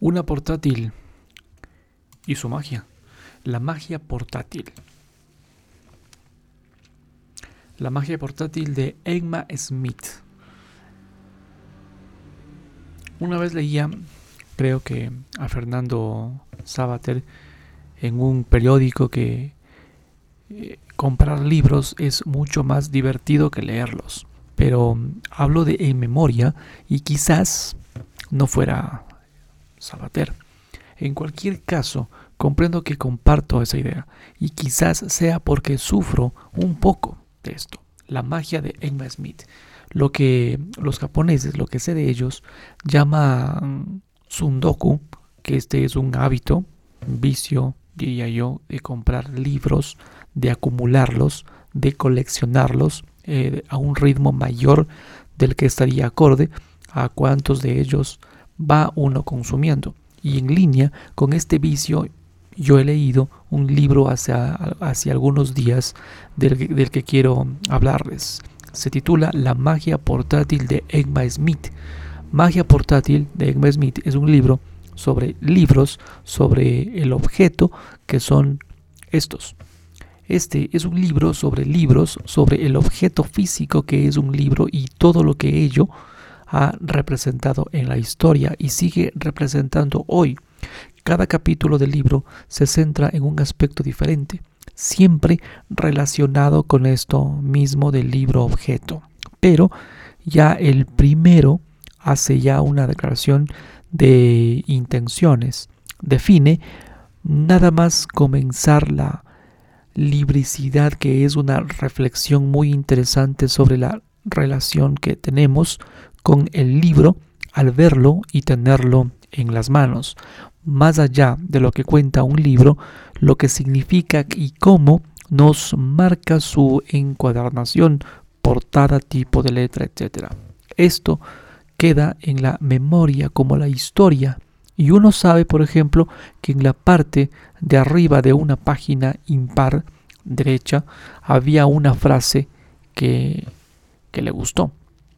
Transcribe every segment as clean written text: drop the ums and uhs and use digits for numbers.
Una portátil y su magia. La magia portátil. La magia portátil de Emma Smith. Una vez leía, creo que a Fernando Savater, en un periódico que comprar libros es mucho más divertido que leerlos. Pero hablo de en memoria y quizás no fuera Savater. En cualquier caso, comprendo que comparto esa idea y quizás sea porque sufro un poco de esto. La magia de Emma Smith. Lo que los japoneses, lo que sé de ellos, llaman sundoku, que este es un hábito, un vicio, diría yo, de comprar libros, de acumularlos, de coleccionarlos a un ritmo mayor del que estaría acorde a cuántos de ellos va uno consumiendo. Y en línea con este vicio, yo he leído un libro hace algunos días del que quiero hablarles. Se titula La magia portátil de Emma Smith. Magia portátil de Emma Smith es un libro sobre libros, sobre el objeto que son estos. Este es un libro sobre libros, sobre el objeto físico que es un libro y todo lo que ello ha representado en la historia y sigue representando hoy. Cada capítulo del libro se centra en un aspecto diferente, siempre relacionado con esto mismo del libro objeto. Pero ya el primero hace ya una declaración de intenciones. Define nada más comenzar la libricidad, que es una reflexión muy interesante sobre la relación que tenemos con el libro al verlo y tenerlo en las manos. Más allá de lo que cuenta un libro, lo que significa y cómo nos marca su encuadernación, portada, tipo de letra, etc. Esto queda en la memoria como la historia. Y uno sabe, por ejemplo, que en la parte de arriba de una página impar derecha había una frase que le gustó.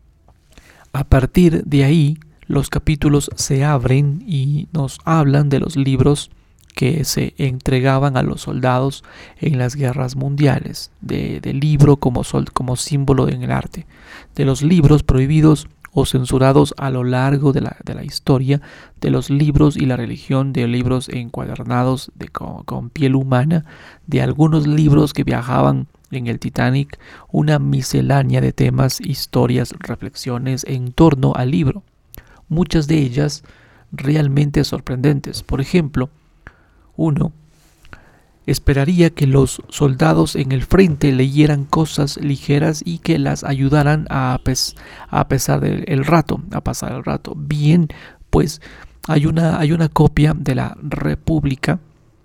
A partir de ahí, los capítulos se abren y nos hablan de los libros que se entregaban a los soldados en las guerras mundiales, del libro como símbolo en el arte, de los libros prohibidos o censurados a lo largo de la historia, de los libros y la religión, de libros encuadernados con piel humana, de algunos libros que viajaban en el Titanic, una miscelánea de temas, historias, reflexiones en torno al libro. Muchas de ellas realmente sorprendentes. Por ejemplo, uno esperaría que los soldados en el frente leyeran cosas ligeras y que las ayudaran a pasar el rato. Bien, pues hay una copia de la República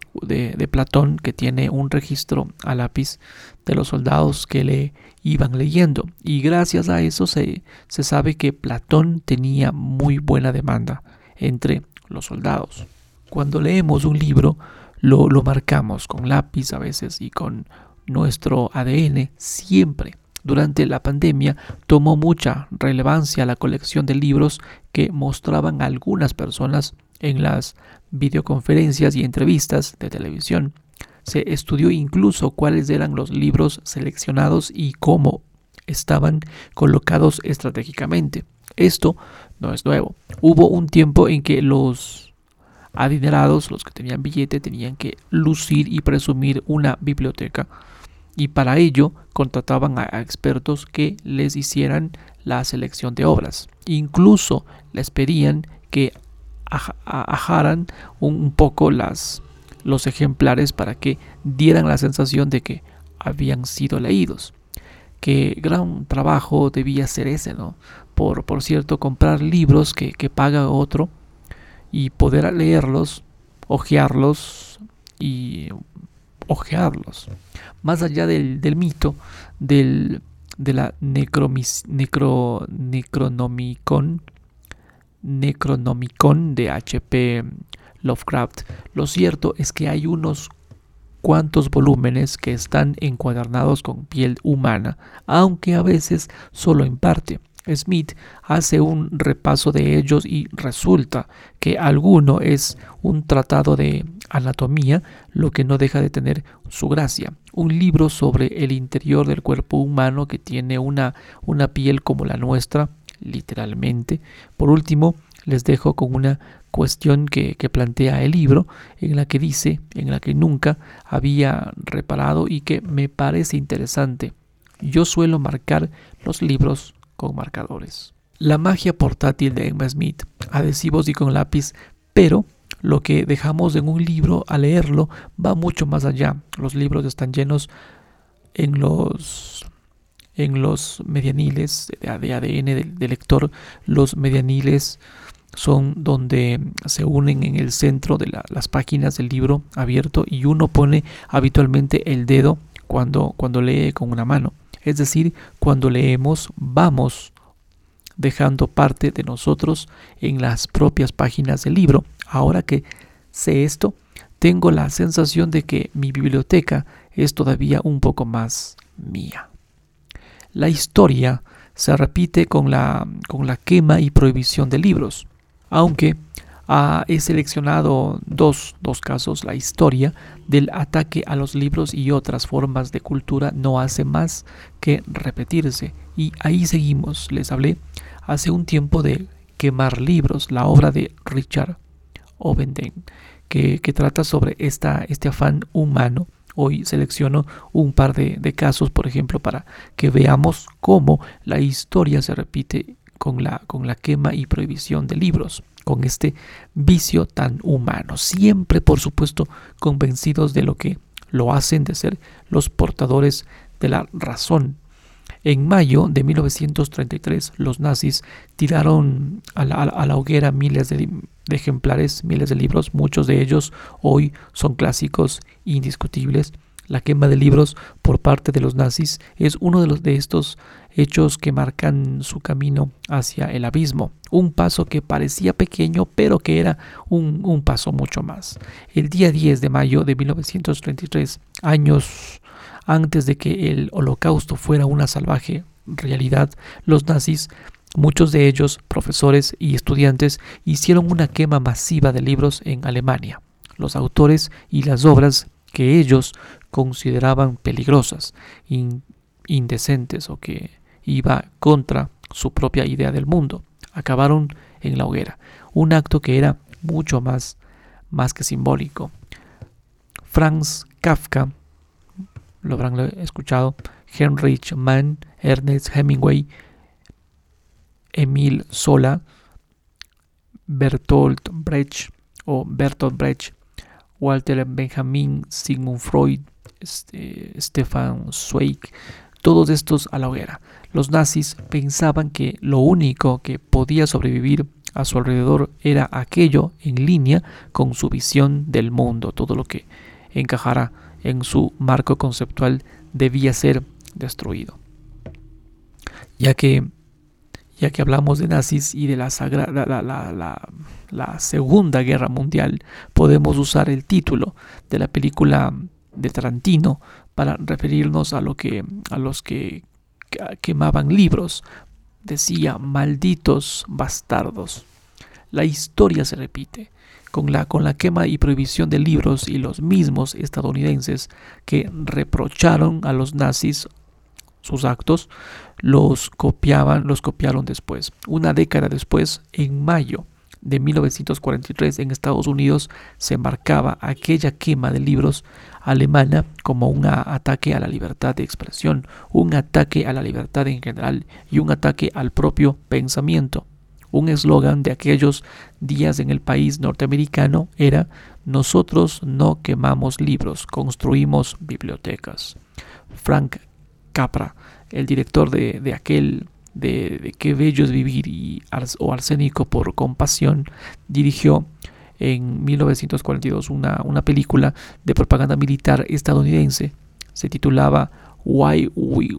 de Platón que tiene un registro a lápiz de los soldados que le iban leyendo, y gracias a eso se sabe que Platón tenía muy buena demanda entre los soldados. Cuando leemos un libro lo marcamos con lápiz a veces y con nuestro ADN siempre. Durante la pandemia tomó mucha relevancia la colección de libros que mostraban a algunas personas en las videoconferencias y entrevistas de televisión. Se estudió incluso cuáles eran los libros seleccionados y cómo estaban colocados estratégicamente. Esto no es nuevo. Hubo un tiempo en que los adinerados, los que tenían billete, tenían que lucir y presumir una biblioteca, y para ello contrataban a expertos que les hicieran la selección de obras. Incluso les pedían que ajaran un poco los ejemplares para que dieran la sensación de que habían sido leídos. Qué gran trabajo debía ser ese, ¿no? Por cierto, comprar libros que paga otro y poder leerlos, ojearlos. Más allá del mito de la Necronomicon de H.P. Lovecraft, lo cierto es que hay unos cuantos volúmenes que están encuadernados con piel humana, aunque a veces solo en parte. Smith hace un repaso de ellos y resulta que alguno es un tratado de anatomía, lo que no deja de tener su gracia. Un libro sobre el interior del cuerpo humano que tiene una piel como la nuestra, literalmente. Por último, les dejo con una cuestión que plantea el libro, en la que nunca había reparado y que me parece interesante. Yo suelo marcar los libros con marcadores. La magia portátil de Emma Smith, adhesivos y con lápiz, pero lo que dejamos en un libro al leerlo va mucho más allá. Los libros están llenos en los medianiles de ADN del lector. Los medianiles son donde se unen en el centro de las páginas del libro abierto y uno pone habitualmente el dedo cuando lee con una mano. Es decir, cuando leemos vamos dejando parte de nosotros en las propias páginas del libro. Ahora que sé esto, tengo la sensación de que mi biblioteca es todavía un poco más mía. La historia se repite con la quema y prohibición de libros, aunque he seleccionado dos casos. La historia del ataque a los libros y otras formas de cultura no hace más que repetirse. Y ahí seguimos. Les hablé hace un tiempo de Quemar libros, la obra de Richard Ovenden, que trata sobre este afán humano. Hoy selecciono un par de casos, por ejemplo, para que veamos cómo la historia se repite con la quema y prohibición de libros, con este vicio tan humano, siempre por supuesto convencidos de lo que lo hacen de ser los portadores de la razón. En mayo de 1933 los nazis tiraron a la hoguera miles de ejemplares, miles de libros, muchos de ellos hoy son clásicos indiscutibles. La quema de libros por parte de los nazis es uno de estos hechos que marcan su camino hacia el abismo. Un paso que parecía pequeño, pero que era un paso mucho más. El día 10 de mayo de 1933, años antes de que el Holocausto fuera una salvaje realidad, los nazis, muchos de ellos profesores y estudiantes, hicieron una quema masiva de libros en Alemania. Los autores y las obras que ellos consideraban peligrosas, indecentes o que iba contra su propia idea del mundo, acabaron en la hoguera. Un acto que era mucho más que simbólico. Franz Kafka, lo habrán escuchado, Heinrich Mann, Ernest Hemingway, Emil Zola, Bertolt Brecht, Walter Benjamin, Sigmund Freud, Stefan Zweig, todos estos a la hoguera. Los nazis pensaban que lo único que podía sobrevivir a su alrededor era aquello en línea con su visión del mundo. Todo lo que encajara en su marco conceptual debía ser destruido. Ya que hablamos de nazis y de la Segunda Guerra Mundial, podemos usar el título de la película de Tarantino para referirnos a los que quemaban libros. Decía: malditos bastardos. La historia se repite con la quema y prohibición de libros, y los mismos estadounidenses que reprocharon a los nazis sus actos los copiaron después. Una década después, en mayo de 1943, en Estados Unidos se marcaba aquella quema de libros alemana como un ataque a la libertad de expresión, un ataque a la libertad en general y un ataque al propio pensamiento. Un eslogan de aquellos días en el país norteamericano era: nosotros no quemamos libros, construimos bibliotecas. Frank Capra, el director de Qué bello es vivir o Arsénico por compasión, dirigió en 1942 una película de propaganda militar estadounidense. Se titulaba Why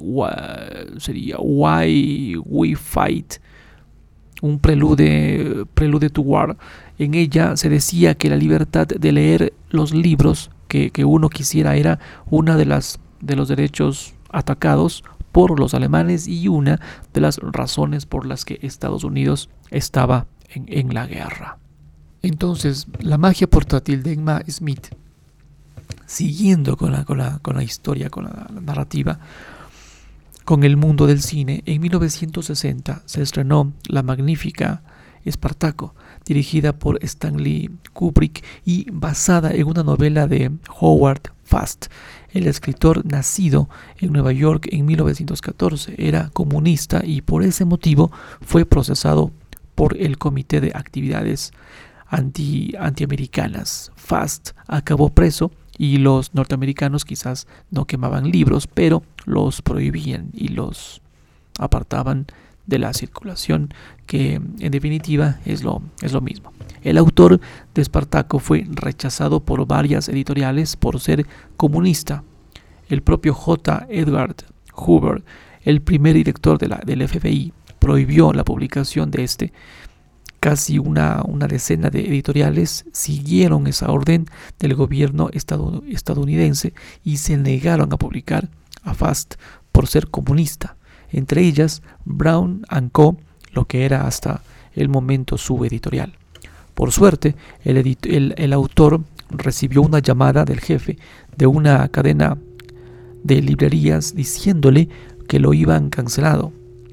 We Fight, un prelude to War. En ella se decía que la libertad de leer los libros que uno quisiera era una de los derechos atacados por los alemanes y una de las razones por las que Estados Unidos estaba en la guerra. Entonces, la magia portátil de Emma Smith, siguiendo con la historia, con la narrativa, con el mundo del cine, en 1960 se estrenó la magnífica Espartaco, dirigida por Stanley Kubrick y basada en una novela de Howard Fast. El escritor, nacido en Nueva York en 1914, era comunista y por ese motivo fue procesado por el Comité de Actividades Antiamericanas. Fast acabó preso y los norteamericanos quizás no quemaban libros, pero los prohibían y los apartaban de la circulación, que en definitiva es lo mismo. El autor de Espartaco fue rechazado por varias editoriales por ser comunista. El propio J. Edgar Hoover, el primer director del FBI, prohibió la publicación de este. Casi una decena de editoriales siguieron esa orden del gobierno estadounidense y se negaron a publicar a Fast por ser comunista. Entre ellas Brown & Co., lo que era hasta el momento su editorial. Por suerte, el autor recibió una llamada del jefe de una cadena de librerías diciéndole que lo habían cancelado,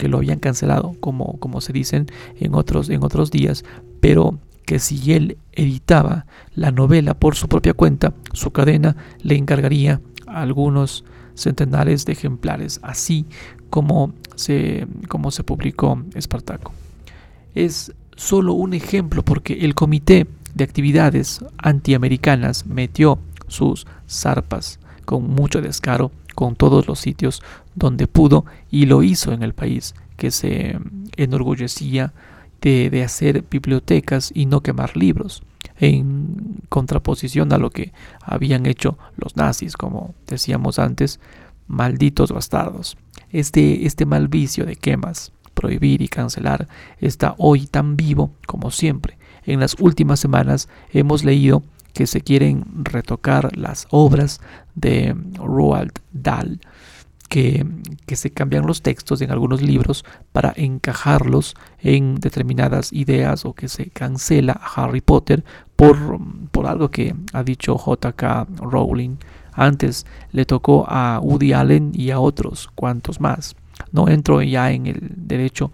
como se dicen en otros días, pero que si él editaba la novela por su propia cuenta, su cadena le encargaría algunos centenares de ejemplares, así como se publicó Espartaco. Es solo un ejemplo porque el Comité de Actividades Antiamericanas metió sus zarpas con mucho descaro con todos los sitios donde pudo y lo hizo en el país que se enorgullecía de hacer bibliotecas y no quemar libros, en contraposición a lo que habían hecho los nazis, como decíamos antes, malditos bastardos. Este mal vicio de quemas, prohibir y cancelar está hoy tan vivo como siempre. En las últimas semanas hemos leído que se quieren retocar las obras de Roald Dahl, que se cambian los textos en algunos libros para encajarlos en determinadas ideas, o que se cancela a Harry Potter por algo que ha dicho J.K. Rowling. Antes le tocó a Woody Allen y a otros cuantos más. No entro ya en el derecho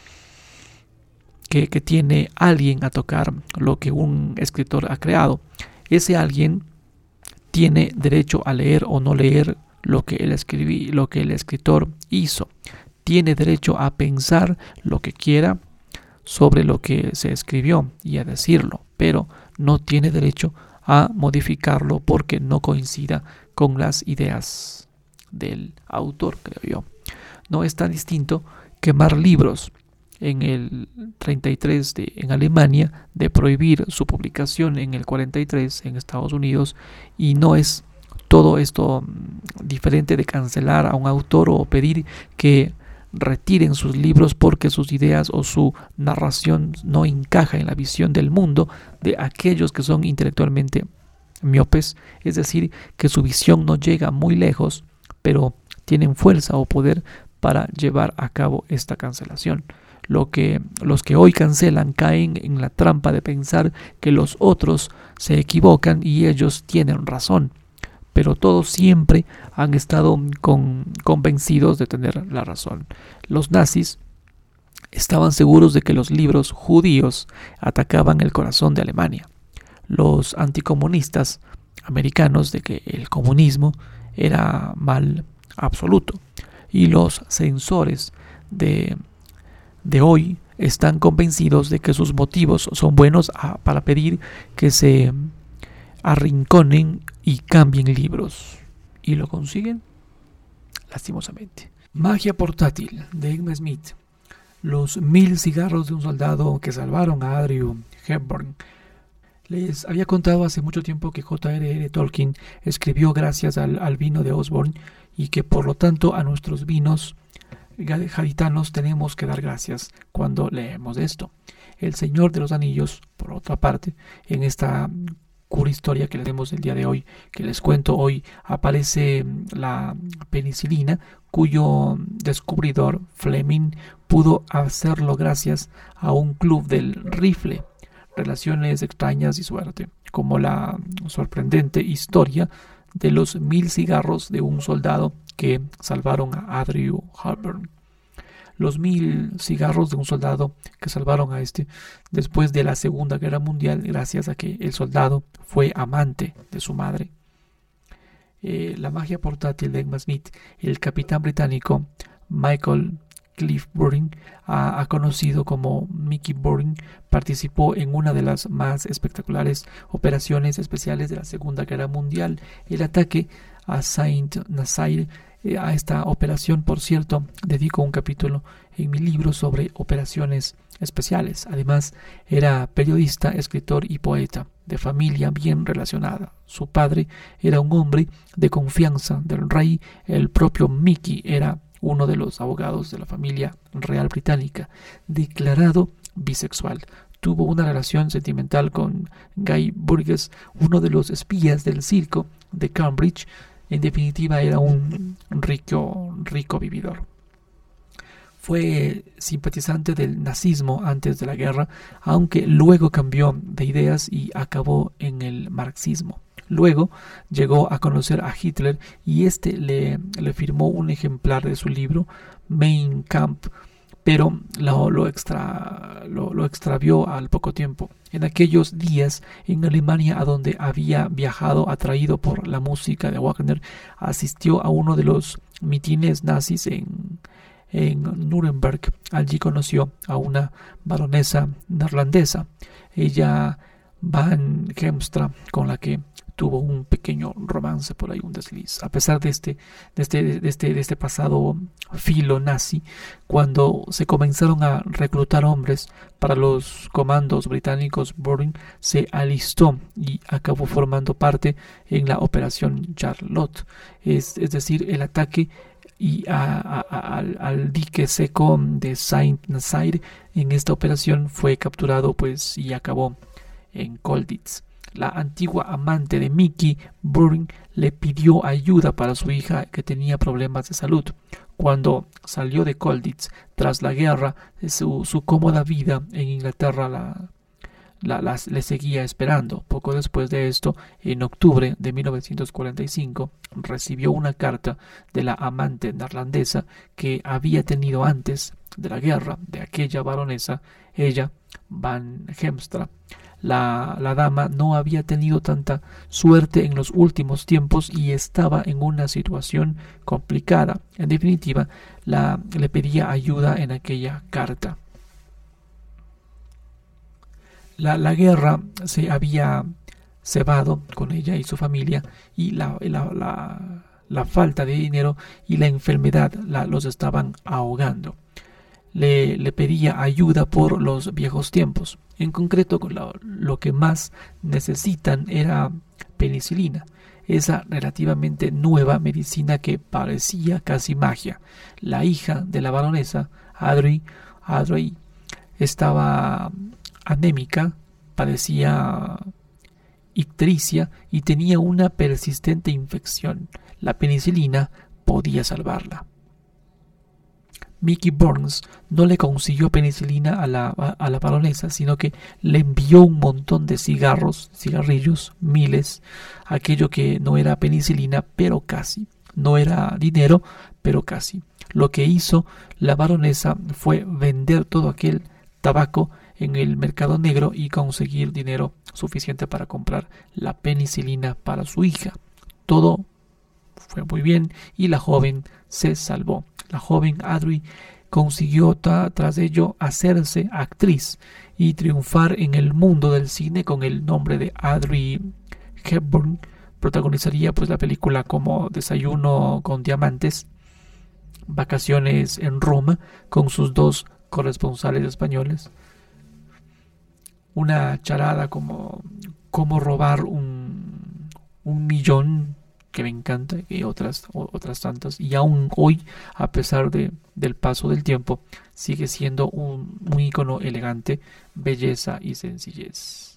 que tiene alguien a tocar lo que un escritor ha creado. Ese alguien tiene derecho a leer o no leer lo que el escritor hizo. Tiene derecho a pensar lo que quiera sobre lo que se escribió y a decirlo, pero no tiene derecho a modificarlo porque no coincida con las ideas del autor, creo yo. No es tan distinto quemar libros en el 33 en Alemania, de prohibir su publicación en el 43 en Estados Unidos, y no es todo esto diferente de cancelar a un autor o pedir que retiren sus libros porque sus ideas o su narración no encaja en la visión del mundo de aquellos que son intelectualmente miopes, es decir, que su visión no llega muy lejos, pero tienen fuerza o poder para llevar a cabo esta cancelación. Los que hoy cancelan caen en la trampa de pensar que los otros se equivocan y ellos tienen razón, pero todos siempre han estado convencidos de tener la razón. Los nazis estaban seguros de que los libros judíos atacaban el corazón de Alemania. Los anticomunistas americanos de que el comunismo era mal absoluto. Y los censores de hoy están convencidos de que sus motivos son buenos para pedir que se arrinconen y cambien libros. ¿Y lo consiguen? Lastimosamente. Magia portátil de Emma Smith. Los 1000 cigarros de un soldado que salvaron a Audrey Hepburn. Les había contado hace mucho tiempo que J.R.R. Tolkien escribió gracias al vino de Osborne, y que por lo tanto a nuestros vinos gaditanos tenemos que dar gracias cuando leemos esto. El Señor de los Anillos, por otra parte, en esta oscura historia que leemos el día de hoy, que les cuento hoy, aparece la penicilina, cuyo descubridor Fleming pudo hacerlo gracias a un club del rifle, relaciones extrañas y suerte, como la sorprendente historia de los 1000 cigarros de un soldado que salvaron a Andrew Hepburn. Los 1000 cigarros de un soldado que salvaron a después de la Segunda Guerra Mundial, gracias a que el soldado fue amante de su madre. La magia portátil de Emma Smith, el capitán británico Michael Cliffburn, conocido como Mickey Burn, participó en una de las más espectaculares operaciones especiales de la Segunda Guerra Mundial, el ataque a Saint-Nazaire. A esta operación, por cierto, dedico un capítulo en mi libro sobre operaciones especiales. Además, era periodista, escritor y poeta, de familia bien relacionada. Su padre era un hombre de confianza del rey. El propio Mickey era uno de los abogados de la familia real británica, declarado bisexual. Tuvo una relación sentimental con Guy Burgess, uno de los espías del circo de Cambridge. En definitiva, era un rico vividor. Fue simpatizante del nazismo antes de la guerra, aunque luego cambió de ideas y acabó en el marxismo. Luego llegó a conocer a Hitler y le firmó un ejemplar de su libro Mein Kampf, pero lo extravió al poco tiempo. En aquellos días, en Alemania, a donde había viajado atraído por la música de Wagner, asistió a uno de los mitines nazis en Nuremberg. Allí conoció a una baronesa neerlandesa, ella Van Heemstra, con la que tuvo un pequeño romance por ahí, un desliz. A pesar de este pasado filo nazi, cuando se comenzaron a reclutar hombres para los comandos británicos, Burn se alistó y acabó formando parte en la Operación Charlotte, es decir, el ataque al dique seco de Saint-Nazaire. En esta operación fue capturado y acabó en Colditz. La antigua amante de Mickey, Burn, le pidió ayuda para su hija que tenía problemas de salud. Cuando salió de Colditz tras la guerra, su cómoda vida en Inglaterra le seguía esperando. Poco después de esto, en octubre de 1945, recibió una carta de la amante neerlandesa que había tenido antes de la guerra, de aquella baronesa, ella, Van Heemstra. La dama no había tenido tanta suerte en los últimos tiempos y estaba en una situación complicada. En definitiva, le pedía ayuda en aquella carta. La guerra se había cebado con ella y su familia, y la falta de dinero y la enfermedad los estaban ahogando. Le pedía ayuda por los viejos tiempos. En concreto, lo que más necesitan era penicilina, esa relativamente nueva medicina que parecía casi magia. La hija de la baronesa, Audrey, estaba anémica, padecía ictericia y tenía una persistente infección. La penicilina podía salvarla. Mickey Burns no le consiguió penicilina a la baronesa, sino que le envió un montón de cigarrillos, miles, aquello que no era penicilina, pero casi. No era dinero, pero casi. Lo que hizo la baronesa fue vender todo aquel tabaco en el mercado negro y conseguir dinero suficiente para comprar la penicilina para su hija. Todo fue muy bien y la joven se salvó. La joven Audrey consiguió tras ello hacerse actriz y triunfar en el mundo del cine con el nombre de Audrey Hepburn. Protagonizaría la película como Desayuno con Diamantes, Vacaciones en Roma, con sus dos corresponsales españoles, una charada como Cómo robar un millón, que me encanta, y otras tantas, y aún hoy, a pesar del paso del tiempo, sigue siendo un ícono elegante, belleza y sencillez.